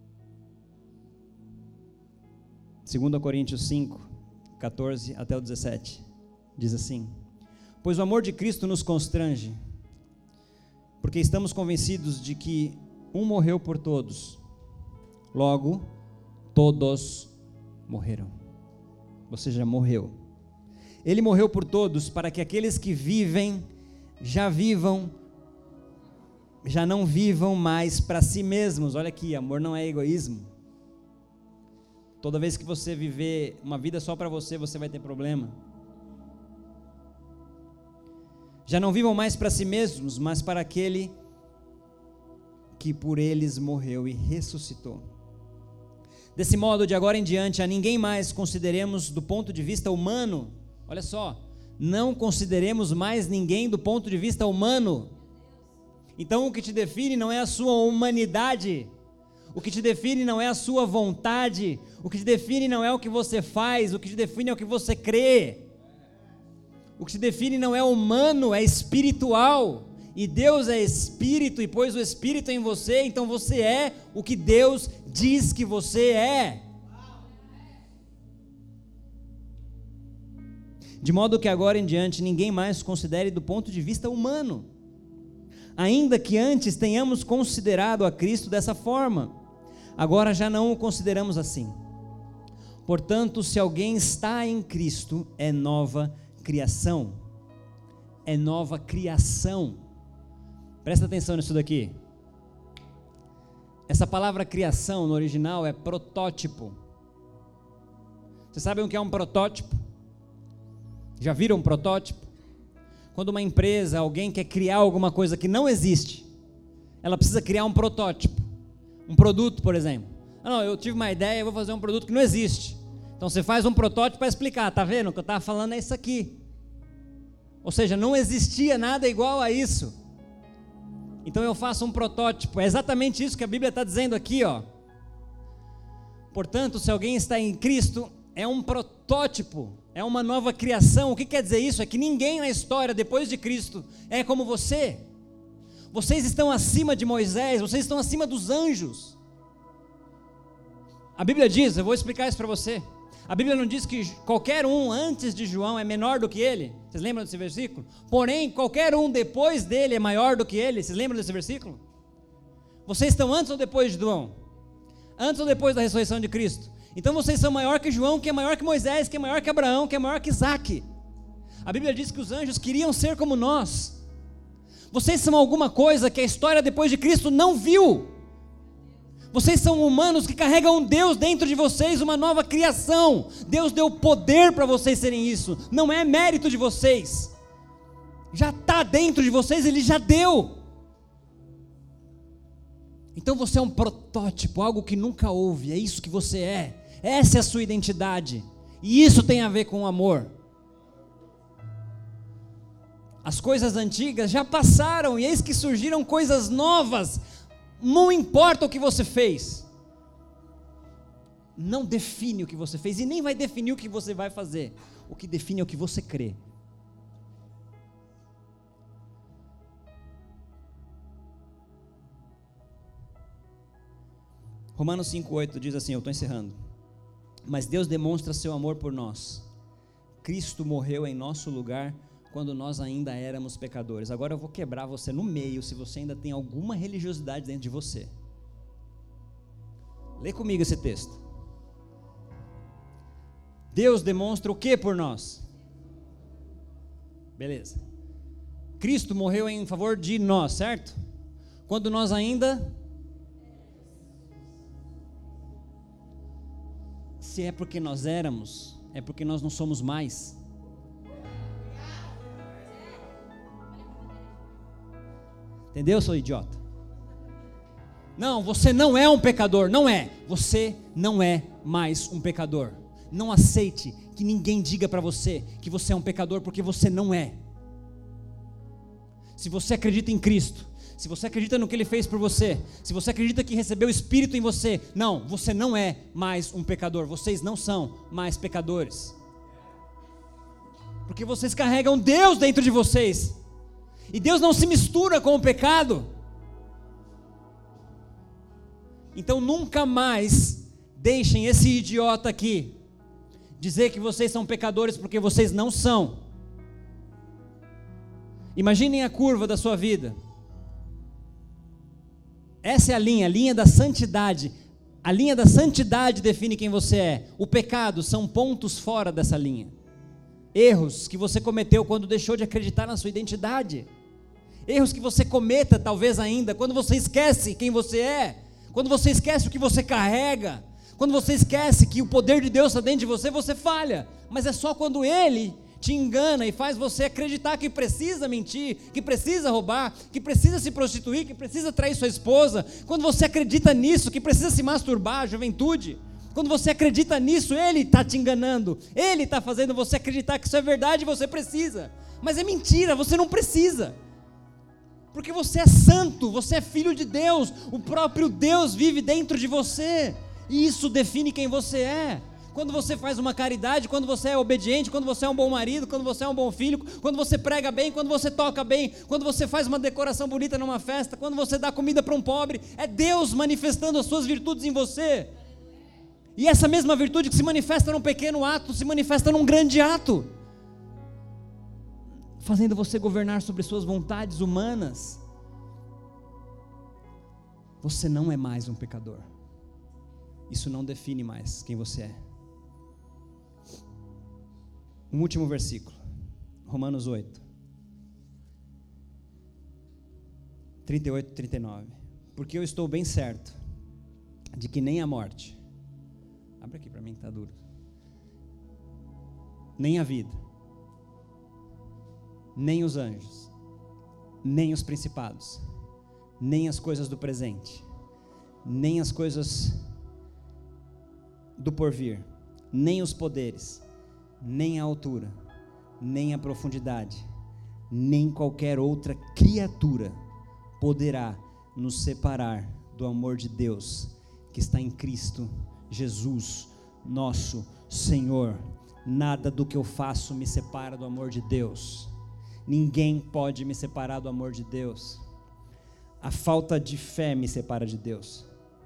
dois Coríntios cinco, catorze até o dezessete, diz assim: pois o amor de Cristo nos constrange, porque estamos convencidos de que um morreu por todos, logo todos morreram. Você já morreu. Ele morreu por todos para que aqueles que vivem já vivam já não vivam mais para si mesmos. Olha aqui, amor não é egoísmo. Toda vez que você viver uma vida só para você, você vai ter problema. Já não vivam mais para si mesmos, mas para aquele que por eles morreu e ressuscitou. Desse modo, de agora em diante, a ninguém mais consideremos do ponto de vista humano. Olha só, não consideremos mais ninguém do ponto de vista humano. Então o que te define não é a sua humanidade, o que te define não é a sua vontade, o que te define não é o que você faz, o que te define é o que você crê. O que te define não é humano, é espiritual. E Deus é espírito, e pôs o espírito em você, então você é o que Deus diz que você é. De modo que agora em diante ninguém mais considere do ponto de vista humano, ainda que antes tenhamos considerado a Cristo dessa forma, agora já não o consideramos assim. Portanto, se alguém está em Cristo, é nova criação. É nova criação. Presta atenção nisso daqui. Essa palavra criação no original é protótipo. Vocês sabem o que é um protótipo? Já viram um protótipo? Quando uma empresa, alguém quer criar alguma coisa que não existe, ela precisa criar um protótipo, um produto, por exemplo. Ah, não, eu tive uma ideia, eu vou fazer um produto que não existe. Então você faz um protótipo para explicar, tá vendo? O que eu estava falando é isso aqui. Ou seja, não existia nada igual a isso. Então eu faço um protótipo, é exatamente isso que a Bíblia está dizendo aqui, ó. Portanto, se alguém está em Cristo, é um protótipo, é uma nova criação. O que quer dizer isso? É que ninguém na história depois de Cristo é como você. Vocês estão acima de Moisés, vocês estão acima dos anjos. A Bíblia diz, eu vou explicar isso para você. A Bíblia não diz que qualquer um antes de João é menor do que ele. Vocês lembram desse versículo? Porém, qualquer um depois dele é maior do que ele. Vocês lembram desse versículo? Vocês estão antes ou depois de João? Antes ou depois da ressurreição de Cristo? Então vocês são maior que João, que é maior que Moisés, que é maior que Abraão, que é maior que Isaac. A Bíblia diz que os anjos queriam ser como nós. Vocês são alguma coisa que a história depois de Cristo não viu. Vocês são humanos que carregam um Deus dentro de vocês, uma nova criação. Deus deu poder para vocês serem isso. Não é mérito de vocês. Já está dentro de vocês, Ele já deu. Então você é um protótipo, algo que nunca houve. É isso que você é. Essa é a sua identidade. E isso tem a ver com o amor. As coisas antigas já passaram e eis que surgiram coisas novas. Não importa o que você fez, não define o que você fez e nem vai definir o que você vai fazer. O que define é o que você crê. Romanos cinco, oito diz assim, eu estou encerrando. Mas Deus demonstra seu amor por nós. Cristo morreu em nosso lugar quando nós ainda éramos pecadores. Agora eu vou quebrar você no meio, se você ainda tem alguma religiosidade dentro de você. Lê comigo esse texto. Deus demonstra o que por nós? Beleza. Cristo morreu em favor de nós, certo? Quando nós ainda... Se é porque nós éramos, é porque nós não somos mais. Entendeu, seu idiota? Não, você não é um pecador, não é. Você não é mais um pecador. Não aceite que ninguém diga para você que você é um pecador, porque você não é. Se você acredita em Cristo, se você acredita no que Ele fez por você, se você acredita que recebeu o Espírito em você, não, você não é mais um pecador. Vocês não são mais pecadores. Porque vocês carregam Deus dentro de vocês. E Deus não se mistura com o pecado. Então nunca mais deixem esse idiota aqui dizer que vocês são pecadores, porque vocês não são. Imaginem a curva da sua vida. Essa é a linha, a linha da santidade. A linha da santidade define quem você é. O pecado são pontos fora dessa linha. Erros que você cometeu quando deixou de acreditar na sua identidade. Erros que você cometa talvez ainda, quando você esquece quem você é, quando você esquece o que você carrega, quando você esquece que o poder de Deus está dentro de você, você falha. Mas é só quando Ele te engana e faz você acreditar que precisa mentir, que precisa roubar, que precisa se prostituir, que precisa trair sua esposa. Quando você acredita nisso, que precisa se masturbar, juventude. Quando você acredita nisso, Ele está te enganando. Ele está fazendo você acreditar que isso é verdade e você precisa. Mas é mentira, você não precisa. Porque você é santo, você é filho de Deus. O próprio Deus vive dentro de você. E isso define quem você é. Quando você faz uma caridade, quando você é obediente, quando você é um bom marido, quando você é um bom filho, quando você prega bem, quando você toca bem, quando você faz uma decoração bonita numa festa, quando você dá comida para um pobre, é Deus manifestando as suas virtudes em você. E essa mesma virtude que se manifesta num pequeno ato, se manifesta num grande ato, fazendo você governar sobre suas vontades humanas. Você não é mais um pecador. Isso não define mais quem você é. Um último versículo, Romanos oito, trinta e oito e trinta e nove. Porque eu estou bem certo de que nem a morte, abre aqui para mim que está duro, nem a vida, nem os anjos, nem os principados, nem as coisas do presente, nem as coisas do porvir, nem os poderes, nem a altura, nem a profundidade, nem qualquer outra criatura poderá nos separar do amor de Deus que está em Cristo Jesus, nosso Senhor. Nada do que eu faço me separa do amor de Deus. Ninguém pode me separar do amor de Deus. A falta de fé me separa de Deus.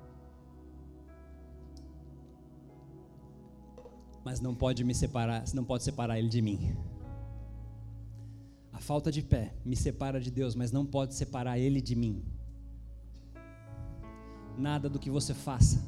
Mas não pode me separar, não pode separar Ele de mim. A falta de fé me separa de Deus, mas não pode separar Ele de mim. Nada do que você faça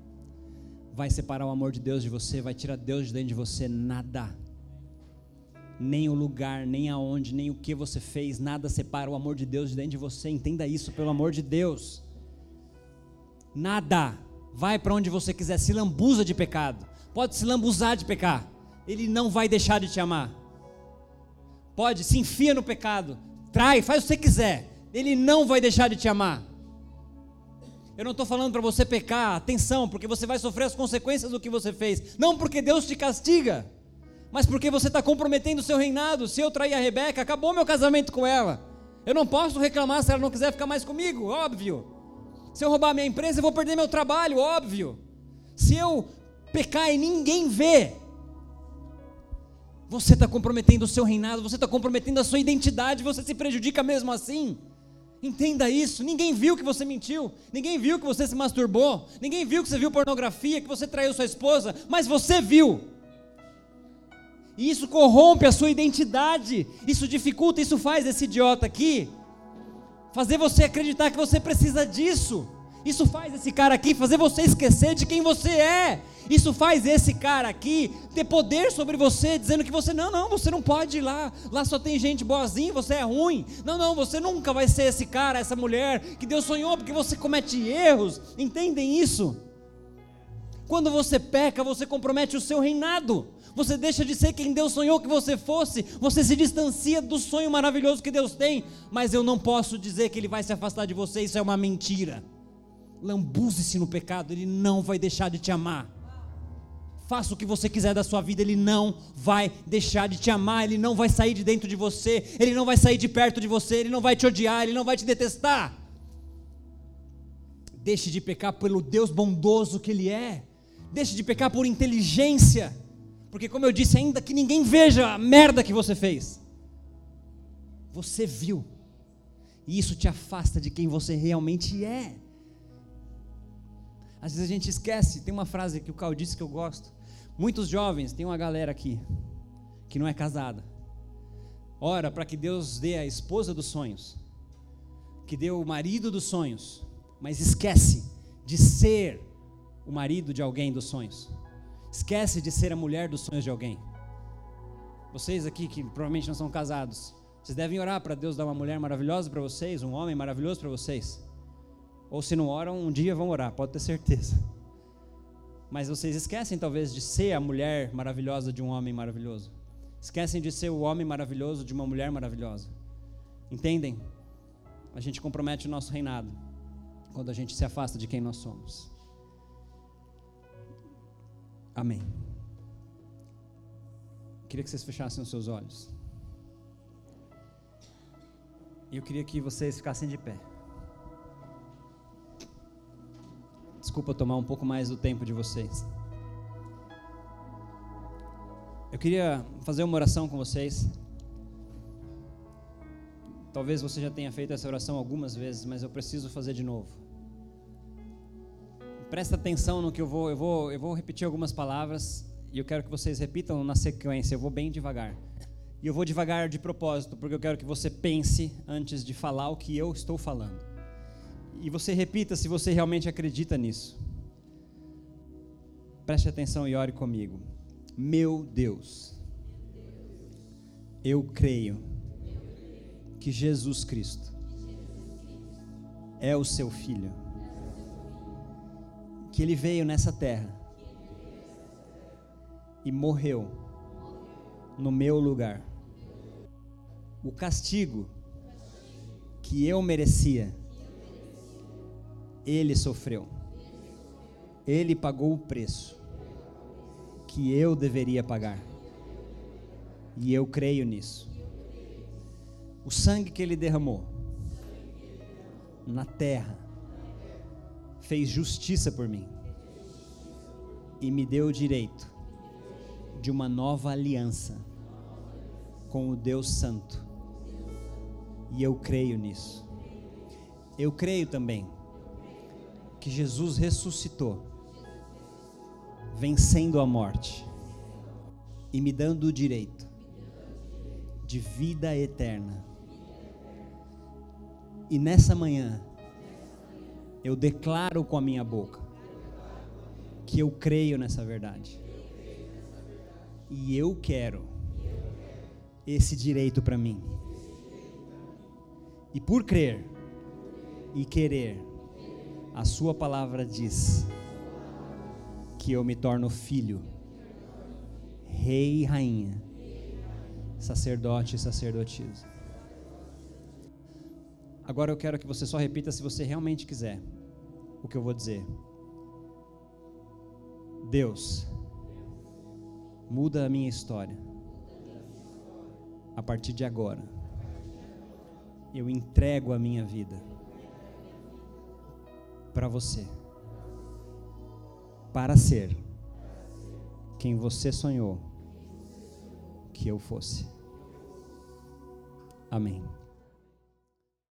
vai separar o amor de Deus de você, vai tirar Deus de dentro de você, nada. nem o lugar, nem aonde, nem o que você fez, nada separa o amor de Deus de dentro de você. Entenda isso, pelo amor de Deus. Nada. Vai para onde você quiser, se lambuza de pecado. Pode se lambuzar de pecar. Ele não vai deixar de te amar. Pode, se enfia no pecado. Trai, faz o que você quiser. Ele não vai deixar de te amar. Eu não estou falando para você pecar, atenção, porque você vai sofrer as consequências do que você fez. Não porque Deus te castiga, mas porque você está comprometendo o seu reinado. Se eu trair a Rebeca, acabou meu casamento com ela. Eu não posso reclamar se ela não quiser ficar mais comigo, óbvio. Se eu roubar a minha empresa, eu vou perder meu trabalho, óbvio. Se eu pecar e ninguém vê, você está comprometendo o seu reinado, você está comprometendo a sua identidade, você se prejudica mesmo assim. Entenda isso. Ninguém viu que você mentiu, ninguém viu que você se masturbou, ninguém viu que você viu pornografia, que você traiu sua esposa, mas você viu. E isso corrompe a sua identidade, isso dificulta, isso faz esse idiota aqui fazer você acreditar que você precisa disso. Isso faz esse cara aqui fazer você esquecer de quem você é. Isso faz esse cara aqui ter poder sobre você, dizendo que você, não, não, você não pode ir lá, lá só tem gente boazinha, você é ruim. Não, não, você nunca vai ser esse cara, essa mulher que Deus sonhou, porque você comete erros. Entendem isso? Quando você peca, você compromete o seu reinado. Você deixa de ser quem Deus sonhou que você fosse. Você se distancia do sonho maravilhoso que Deus tem. Mas eu não posso dizer que Ele vai se afastar de você, isso é uma mentira. Lambuze-se no pecado, Ele não vai deixar de te amar. Faça o que você quiser da sua vida, Ele não vai deixar de te amar. Ele não vai sair de dentro de você, Ele não vai sair de perto de você, Ele não vai te odiar, Ele não vai te detestar. Deixe de pecar pelo Deus bondoso que Ele é. Deixe de pecar por inteligência, porque como eu disse, ainda que ninguém veja a merda que você fez, você viu, e isso te afasta de quem você realmente é. Às vezes a gente esquece. Tem uma frase que o Cal disse que eu gosto. Muitos jovens, tem uma galera aqui que não é casada, ora para que Deus dê a esposa dos sonhos, que dê o marido dos sonhos, mas esquece de ser o marido de alguém dos sonhos. Esquece de ser a mulher dos sonhos de alguém. Vocês aqui que provavelmente não são casados, vocês devem orar para Deus dar uma mulher maravilhosa para vocês, um homem maravilhoso para vocês. Ou se não oram, um dia vão orar, pode ter certeza. Mas vocês esquecem talvez de ser a mulher maravilhosa de um homem maravilhoso. Esquecem de ser o homem maravilhoso de uma mulher maravilhosa. Entendem? A gente compromete o nosso reinado quando a gente se afasta de quem nós somos. Amém. Queria que vocês fechassem os seus olhos. E eu queria que vocês ficassem de pé. Desculpa tomar um pouco mais do tempo de vocês. Eu queria fazer uma oração com vocês. Talvez você já tenha feito essa oração algumas vezes, mas eu preciso fazer de novo. Presta atenção no que eu vou, eu vou, eu vou repetir algumas palavras e eu quero que vocês repitam na sequência. Eu vou bem devagar. E eu vou devagar de propósito, porque eu quero que você pense antes de falar o que eu estou falando. E você repita se você realmente acredita nisso. Preste atenção e ore comigo. Meu Deus, eu creio que Jesus Cristo é o seu Filho, que Ele veio nessa terra e morreu no meu lugar. O castigo que eu merecia, Ele sofreu. Ele pagou o preço que eu deveria pagar. E eu creio nisso. O sangue que Ele derramou na terra fez justiça por mim e me deu o direito de uma nova aliança com o Deus Santo. E eu creio nisso. Eu creio também que Jesus ressuscitou, vencendo a morte e me dando o direito de vida eterna. E nessa manhã eu declaro com a minha boca que eu creio nessa verdade. E eu quero esse direito para mim. E por crer e querer, a sua palavra diz que eu me torno filho, rei e rainha, sacerdote e sacerdotisa. Agora eu quero que você só repita, se você realmente quiser, o que eu vou dizer. Deus, muda a minha história. A partir de agora, eu entrego a minha vida para você, para ser quem você sonhou que eu fosse. Amém.